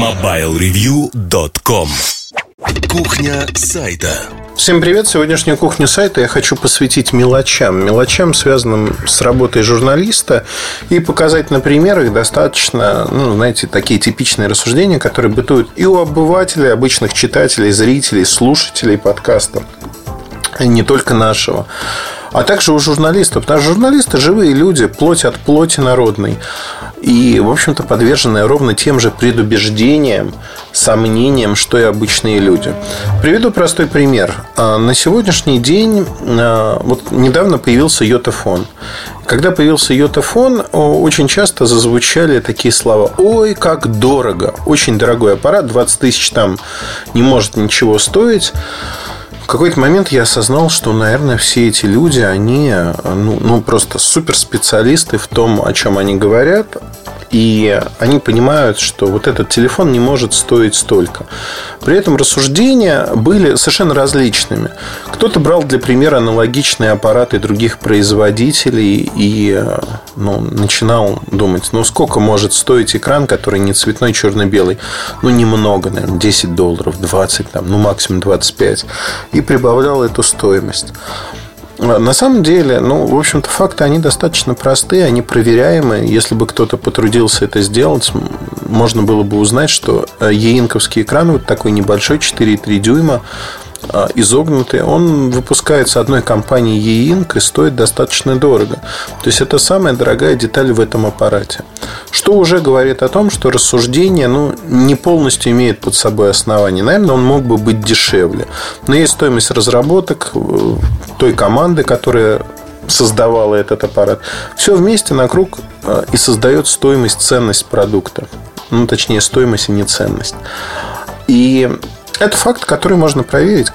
MobileReview.com. Кухня сайта. Всем привет! Сегодняшнюю кухню сайта я хочу посвятить мелочам, связанным с работой журналиста, и показать на примерах достаточно, такие типичные рассуждения, которые бытуют и у обывателей, обычных читателей, зрителей, слушателей подкаста, и не только нашего, а также у журналистов. Потому что журналисты – живые люди, плоть от плоти народной. И, в общем-то, подвержены ровно тем же предубеждениям, сомнениям, что и обычные люди. Приведу простой пример. На сегодняшний день, недавно появился йотафон. Когда появился йотафон, очень часто зазвучали такие слова: «Ой, как дорого! Очень дорогой аппарат, 20 тысяч там не может ничего стоить». В какой-то момент я осознал, что, наверное, все эти люди, они просто суперспециалисты в том, о чем они говорят. И они понимают, что вот этот телефон не может стоить столько. При этом рассуждения были совершенно различными. Кто-то брал для примера аналогичные аппараты других производителей и начинал думать, сколько может стоить экран, который не цветной, черно-белый. Немного, наверное, $10, 20, максимум 25. И прибавлял эту стоимость. На самом деле, в общем-то, факты, они достаточно простые, они проверяемые. Если бы кто-то потрудился это сделать, можно было бы узнать, что еинковский экран, вот такой небольшой, 4,3 дюйма, изогнутый, он выпускается одной компанией еинк и стоит достаточно дорого. То есть это самая дорогая деталь в этом аппарате. Что уже говорит о том, что рассуждение не полностью имеет под собой основание. Наверное, он мог бы быть дешевле. Но есть стоимость разработок той команды, которая создавала этот аппарат. Все вместе на круг и создает стоимость, ценность продукта. Точнее, стоимость и не ценность. И это факт, который можно проверить.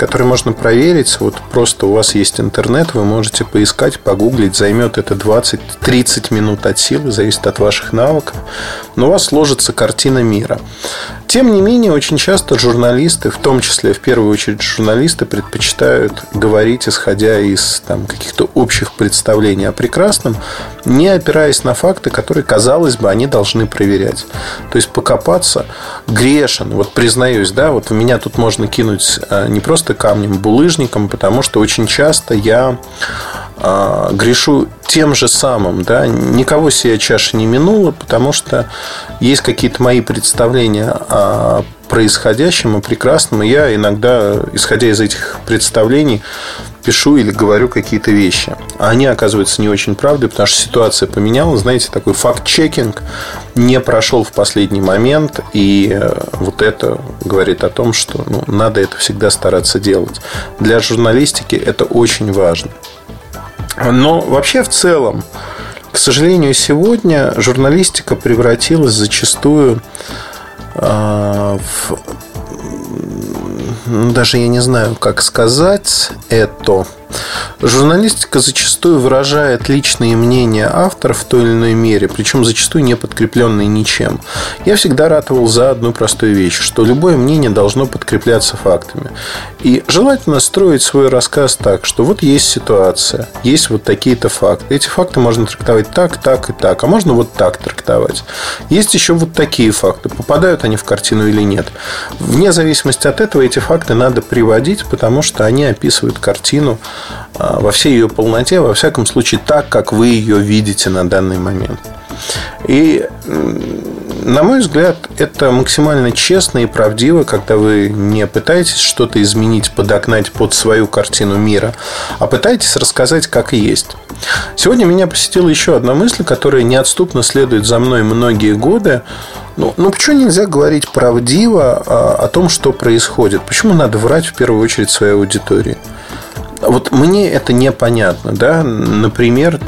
Вот просто у вас есть интернет, вы можете поискать, погуглить. Займет это 20-30 минут от силы, зависит от ваших навыков. Но у вас сложится картина мира. Тем не менее, очень часто журналисты, в том числе, в первую очередь, журналисты предпочитают говорить, исходя из каких-то общих представлений о прекрасном, не опираясь на факты, которые, казалось бы, они должны проверять. То есть покопаться грешен. Вот признаюсь, в меня тут можно кинуть не просто камнем, булыжником, потому что очень часто я грешу тем же самым. Никого сия чаша не минула, потому что есть какие-то мои представления о происходящем, о прекрасном, и я иногда, исходя из этих представлений, пишу или говорю какие-то вещи. А они оказываются не очень правдой, потому что ситуация поменялась. Знаете, такой факт-чекинг не прошел в последний момент. И вот это говорит о том, что надо это всегда стараться делать. Для журналистики это очень важно. Но вообще в целом, к сожалению, сегодня журналистика превратилась зачастую даже я не знаю, как сказать это. Журналистика зачастую выражает личные мнения авторов в той или иной мере, причем зачастую не подкрепленные ничем. Я всегда ратовал за одну простую вещь, что любое мнение должно подкрепляться фактами. И желательно строить свой рассказ так, что вот есть ситуация, есть вот такие-то факты. Эти факты можно трактовать так, так и так, а можно вот так трактовать. Есть еще вот такие факты, попадают они в картину или нет. Вне зависимости от этого эти факты надо приводить, потому что они описывают картину во всей ее полноте, во всяком случае так, как вы ее видите на данный момент. И, на мой взгляд, это максимально честно и правдиво, когда вы не пытаетесь что-то изменить, подогнать под свою картину мира, а пытаетесь рассказать, как и есть. Сегодня меня посетила еще одна мысль, которая неотступно следует за мной многие годы. Почему нельзя говорить правдиво о том, что происходит? Почему надо врать в первую очередь своей аудитории? Вот мне это непонятно, Например,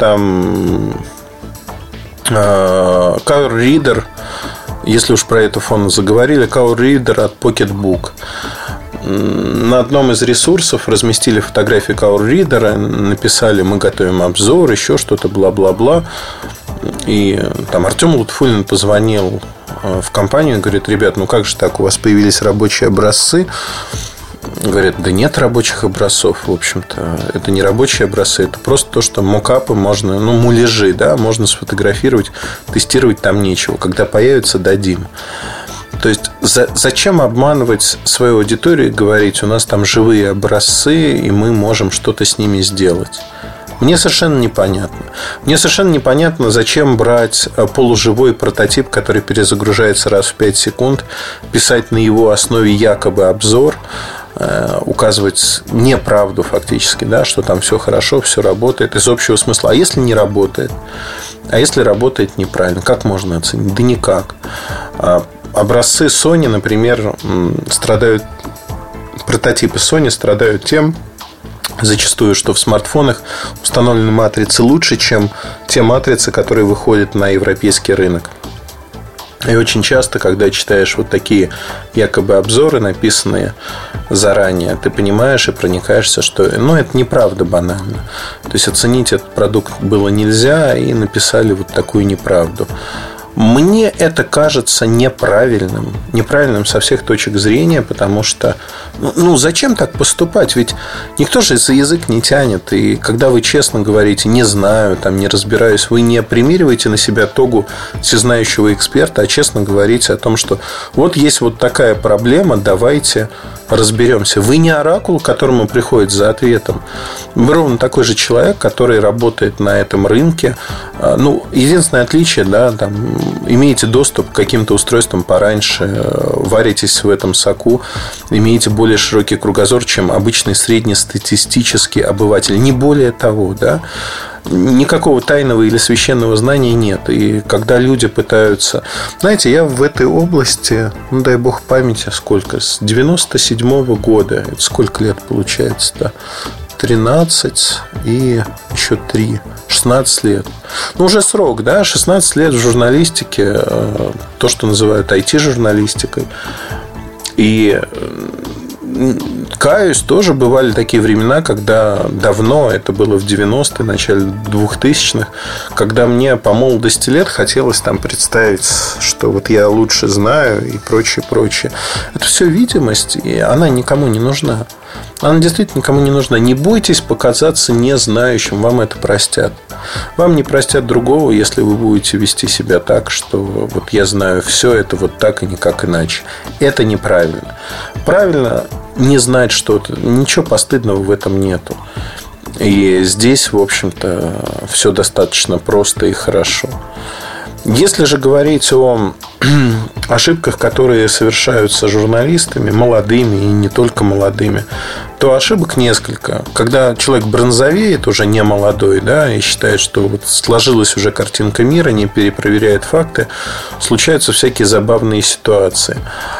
Car Reader, если уж про это фон заговорили, Car Reader от Pocketbook. На одном из ресурсов разместили фотографии Car Reader, написали: мы готовим обзор, еще что-то, бла-бла-бла. И Артем Лутфуллин позвонил в компанию и говорит: ребят, как же так, у вас появились рабочие образцы? Говорят: да нет рабочих образцов. В общем-то, это не рабочие образцы. Это просто то, что мокапы можно, муляжи, можно сфотографировать. Тестировать там нечего. Когда появится, дадим. То есть зачем обманывать свою аудиторию и говорить, у нас там живые образцы, и мы можем что-то с ними сделать? Мне совершенно непонятно. Мне совершенно непонятно, зачем брать полуживой прототип, который перезагружается раз в 5 секунд, писать на его основе якобы обзор, указывать неправду фактически, да, что там все хорошо, все работает из общего смысла. А если не работает? А если работает неправильно? Как можно оценить? Да никак. Образцы Sony, например, страдают, прототипы Sony страдают тем, зачастую, что в смартфонах установлены матрицы лучше, чем те матрицы, которые выходят на европейский рынок. И очень часто, когда читаешь вот такие якобы обзоры, написанные заранее, ты понимаешь и проникаешься, что это неправда банально. То есть оценить этот продукт было нельзя, и написали вот такую неправду. Мне это кажется неправильным. Неправильным со всех точек зрения, потому что зачем так поступать? Ведь никто же за язык не тянет. И когда вы честно говорите «не знаю», не разбираюсь, вы не примериваете на себя тогу всезнающего эксперта, а честно говорите о том, что вот есть вот такая проблема, давайте разберемся. Вы не оракул, к которому приходит за ответом. Вы ровно такой же человек, который работает на этом рынке. Единственное отличие, имеете доступ к каким-то устройствам пораньше, варитесь в этом соку, имеете более широкий кругозор, чем обычный среднестатистический обыватель. Не более того, да? Никакого тайного или священного знания нет. И когда люди пытаются... Знаете, я в этой области, дай бог памяти, сколько? С 97-го года. Это сколько лет получается-то? 13 и еще 3. 16 лет. Уже срок, да? 16 лет в журналистике. То, что называют IT-журналистикой. И... каюсь, тоже бывали такие времена, когда давно, это было в 90-е, начале 2000-х, когда мне по молодости лет хотелось представить, что вот я лучше знаю и прочее, прочее. Это все видимость, и она никому не нужна. Она действительно никому не нужна. Не бойтесь показаться незнающим, вам это простят. Вам не простят другого, если вы будете вести себя так, что вот я знаю все, это вот так и никак иначе. Это неправильно. Правильно не знать что-то. Ничего постыдного в этом нету. И здесь, в общем-то, все достаточно просто и хорошо. Если же говорить о ошибках, которые совершаются журналистами, молодыми и не только молодыми, то ошибок несколько. Когда человек бронзовеет, уже не молодой, да, и считает, что вот сложилась уже картинка мира, не перепроверяет факты, случаются всякие забавные ситуации.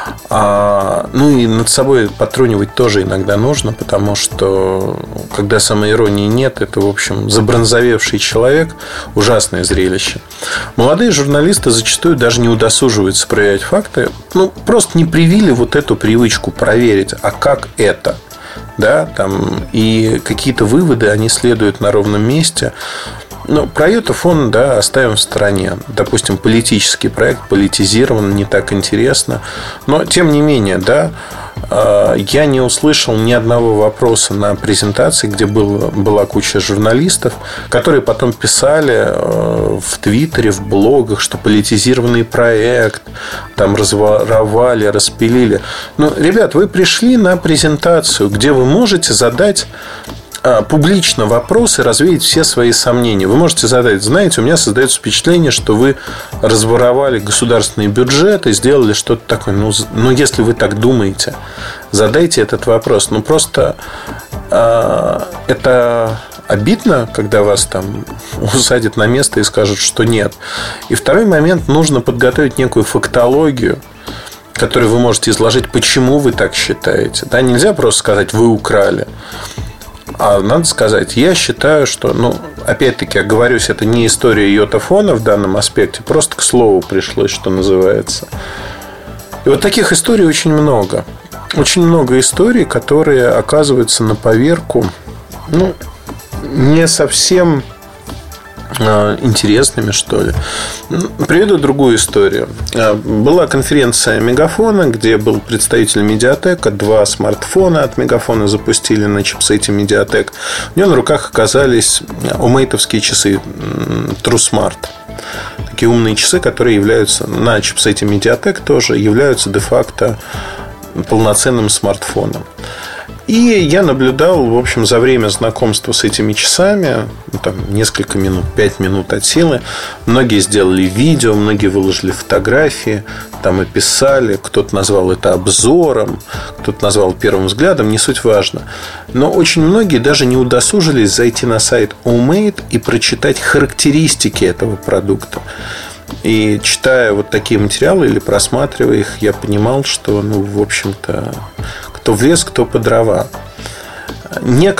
И над собой потрунивать тоже иногда нужно, потому что когда самоиронии нет, это, в общем, забронзовевший человек – ужасное зрелище. Молодые журналисты зачастую даже не удосуживаются проверять факты, просто не привили вот эту привычку проверить, а как это. Да, и какие-то выводы, они следуют на ровном месте. Про это фон, оставим в стороне. Допустим, политический проект политизирован, не так интересно. Но, тем не менее, я не услышал ни одного вопроса на презентации, где была куча журналистов, которые потом писали в Твиттере, в блогах, что политизированный проект разворовали, распилили. Ребят, вы пришли на презентацию, где вы можете задать публично вопрос и развеять все свои сомнения. Вы можете задать: знаете, у меня создается впечатление, что вы разворовали государственный бюджет и сделали что-то такое. Если вы так думаете, задайте этот вопрос. Просто это обидно, когда вас усадят на место и скажут, что нет. И второй момент: нужно подготовить некую фактологию, которую вы можете изложить, почему вы так считаете. Нельзя просто сказать: вы украли. А надо сказать: я считаю, что, опять-таки, оговорюсь, это не история йотафона в данном аспекте, просто к слову пришлось, что называется. И вот таких историй очень много. Очень много историй, которые оказываются на поверку, не совсем интересными, что ли. Приведу другую историю. Была конференция Мегафона, где был представитель Медиатека. 2 смартфона от Мегафона запустили на чипсете Медиатек. У него на руках оказались омейтовские часы TrueSmart. Такие умные часы, которые являются на чипсете MediaTek тоже, являются де-факто полноценным смартфоном. И я наблюдал, в общем, за время знакомства с этими часами, там несколько минут, 5 минут от силы. Многие сделали видео, многие выложили фотографии, там описали. Кто-то назвал это обзором, кто-то назвал первым взглядом, не суть важно. Но очень многие даже не удосужились зайти на сайт Homemade и прочитать характеристики этого продукта. И читая вот такие материалы или просматривая их, я понимал, что, в общем-то, кто в лес, кто по дрова. Не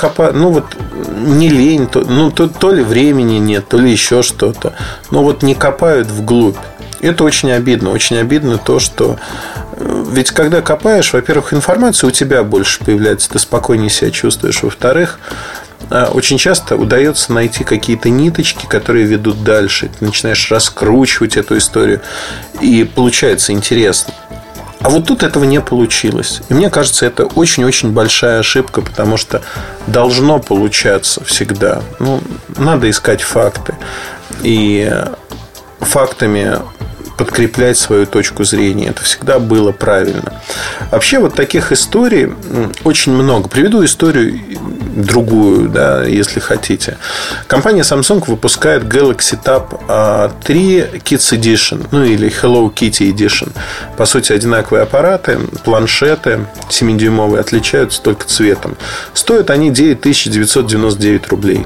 не лень, то ли времени нет, то ли еще что-то. Но вот не копают вглубь. Это очень обидно. Очень обидно то, что... Ведь когда копаешь, во-первых, информация у тебя больше появляется, ты спокойнее себя чувствуешь. Во-вторых, очень часто удается найти какие-то ниточки, которые ведут дальше. Ты начинаешь раскручивать эту историю, и получается интересно. А вот тут этого не получилось. И мне кажется, это очень-очень большая ошибка, потому что должно получаться всегда. Надо искать факты. И фактами подкреплять свою точку зрения. Это всегда было правильно. Вообще, вот таких историй очень много. Приведу историю другую, да, если хотите. Компания Samsung выпускает Galaxy Tab 3 Kids Edition, или Hello Kitty Edition. По сути, одинаковые аппараты, планшеты 7-дюймовые, отличаются только цветом. Стоят они 9999 рублей.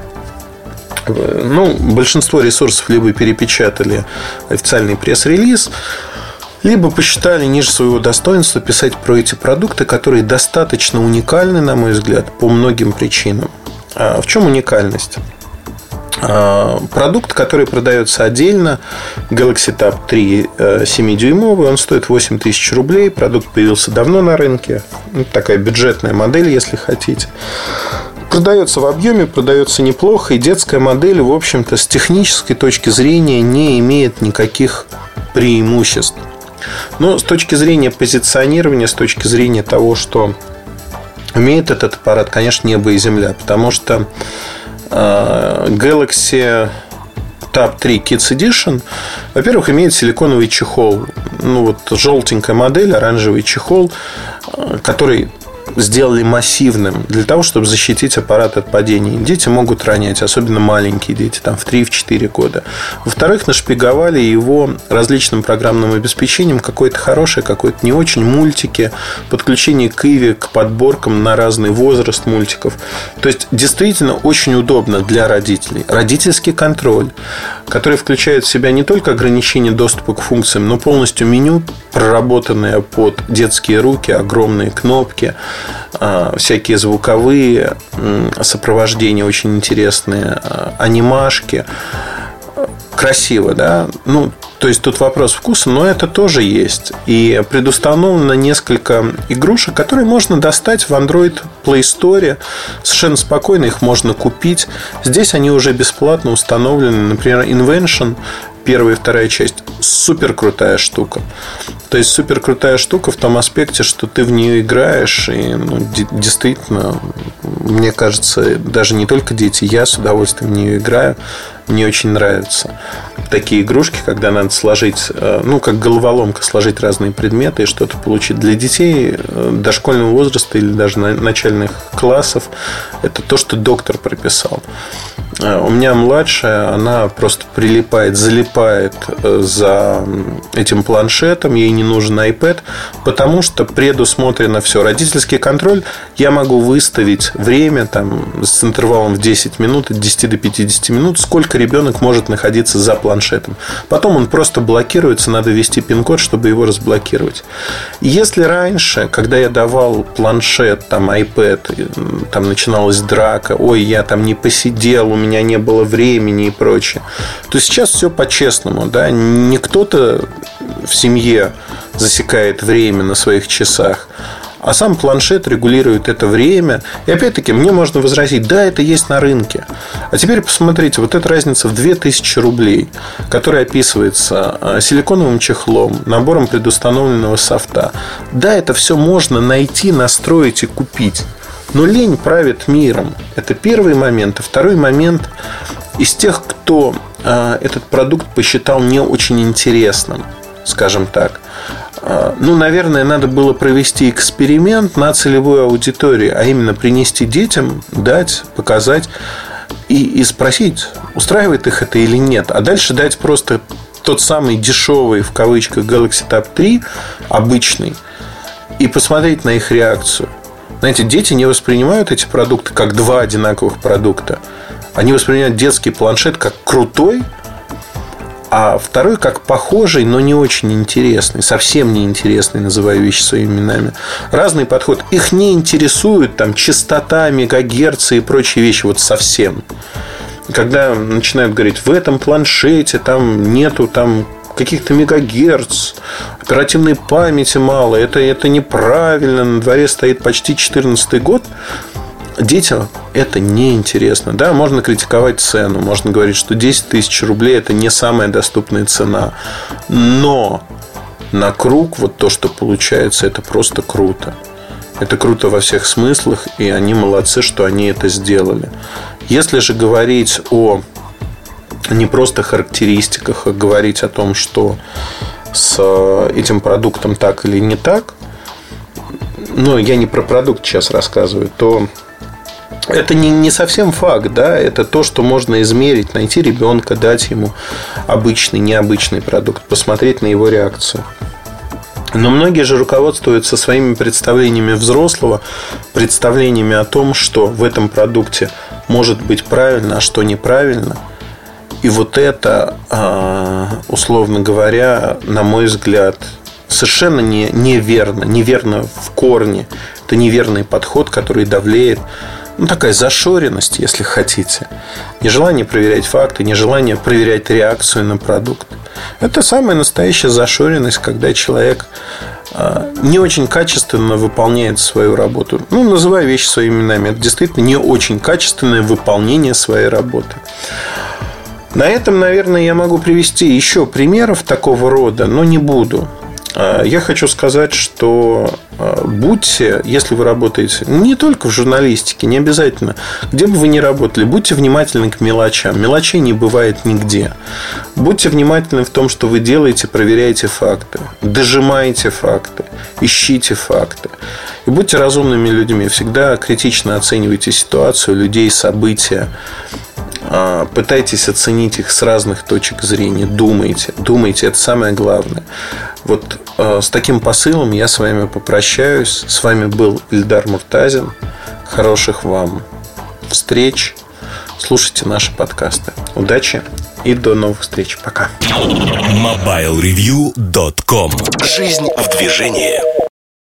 Большинство ресурсов либо перепечатали официальный пресс-релиз, либо посчитали ниже своего достоинства писать про эти продукты, которые достаточно уникальны, на мой взгляд, по многим причинам. В чем уникальность? Продукт, который продается отдельно, Galaxy Tab 3 7-дюймовый, он стоит 8000 рублей. Продукт появился давно на рынке. Такая бюджетная модель, если хотите. Продается в объеме, продается неплохо. И детская модель, в общем-то, с технической точки зрения не имеет никаких преимуществ. Но с точки зрения позиционирования, с точки зрения того, что умеет этот аппарат, конечно, небо и земля. Потому что Galaxy Tab 3 Kids Edition, во-первых, имеет силиконовый чехол. Желтенькая модель, оранжевый чехол, который сделали массивным для того, чтобы защитить аппарат от падений. Дети могут ронять, особенно маленькие дети, там в 3-4 года. Во-вторых, нашпиговали его различным программным обеспечением, какое-то хорошее, какое-то не очень, мультики, подключение к Иви, к подборкам на разный возраст мультиков. То есть, действительно очень удобно для родителей. Родительский контроль, который включает в себя не только ограничение доступа к функциям, но полностью меню, проработанное под детские руки, огромные кнопки, всякие звуковые сопровождения очень интересные, анимашки. Красиво, да? То есть тут вопрос вкуса, но это тоже есть. И предустановлено несколько игрушек, которые можно достать в Android Play Store. Совершенно спокойно их можно купить. Здесь они уже бесплатно установлены. Например, Invention, первая и вторая часть. Супер крутая штука. То есть супер крутая штука в том аспекте, что ты в нее играешь. И действительно, мне кажется, даже не только дети, я с удовольствием в нее играю. Мне очень нравятся такие игрушки, когда надо сложить, как головоломка, сложить разные предметы и что-то получить. Для детей дошкольного возраста или даже начальных классов это то, что доктор прописал. У меня младшая, она просто прилипает, залипает за этим планшетом, ей не нужен iPad, потому что предусмотрено все. Родительский контроль, я могу выставить время с интервалом в 10 минут, от 10 до 50 минут, сколько ребенок может находиться за планшетом. Потом он просто блокируется, надо ввести пин-код, чтобы его разблокировать. Если раньше, когда я давал планшет, iPad, там начиналась драка, ой, я там не посидел, у меня не было времени и прочее, то сейчас все по-честному, да? Не кто-то в семье засекает время на своих часах, а сам планшет регулирует это время. И опять-таки мне можно возразить: да, это есть на рынке. А теперь посмотрите, вот эта разница в 2000 рублей, которая описывается силиконовым чехлом, набором предустановленного софта. Да, это все можно найти, настроить и купить. Но лень правит миром. Это первый момент. А второй момент: из тех, кто этот продукт посчитал не очень интересным, скажем так. Наверное, надо было провести эксперимент на целевой аудитории, а именно принести детям, дать, показать и спросить, устраивает их это или нет. А дальше дать просто тот самый дешевый, в кавычках, Galaxy Tab 3, обычный, и посмотреть на их реакцию. Знаете, дети не воспринимают эти продукты как два одинаковых продукта. Они воспринимают детский планшет как крутой, а второй как похожий, но не очень интересный. Совсем не интересный, называю вещи своими именами. Разный подход. Их не интересует там частота, мегагерцы и прочие вещи. Вот совсем. Когда начинают говорить, в этом планшете там нету там каких-то мегагерц, оперативной памяти мало, это неправильно, на дворе стоит почти 2014 год. Детям это неинтересно. Да, можно критиковать цену, можно говорить, что 10 тысяч рублей это не самая доступная цена. Но на круг вот то, что получается, это просто круто. Это круто во всех смыслах, и они молодцы, что они это сделали. Если же говорить о не просто характеристиках, а говорить о том, что с этим продуктом так или не так, я не про продукт сейчас рассказываю, то это не совсем факт, да, это то, что можно измерить, найти ребенка, дать ему обычный, необычный продукт, посмотреть на его реакцию. Но многие же руководствуются своими представлениями взрослого, представлениями о том, что в этом продукте может быть правильно, а что неправильно. И вот это, условно говоря, на мой взгляд, совершенно неверно в корне. Это неверный подход, который давлеет. Такая зашоренность, если хотите. Нежелание проверять факты, нежелание проверять реакцию на продукт. Это самая настоящая зашоренность, когда человек не очень качественно выполняет свою работу. Называя вещи своими именами, это действительно не очень качественное выполнение своей работы. На этом, наверное, я могу привести еще примеров такого рода, но не буду. Я хочу сказать, что будьте, если вы работаете не только в журналистике, не обязательно, где бы вы ни работали, будьте внимательны к мелочам. Мелочей не бывает нигде. Будьте внимательны в том, что вы делаете, проверяйте факты, дожимайте факты, ищите факты. И будьте разумными людьми. Всегда критично оценивайте ситуацию, людей, события. Пытайтесь оценить их с разных точек зрения. Думайте, это самое главное. Вот с таким посылом я с вами попрощаюсь. С вами был Ильдар Муртазин. Хороших вам встреч. Слушайте наши подкасты. Удачи и до новых встреч. Пока. MobileReview.com. Жизнь в движении.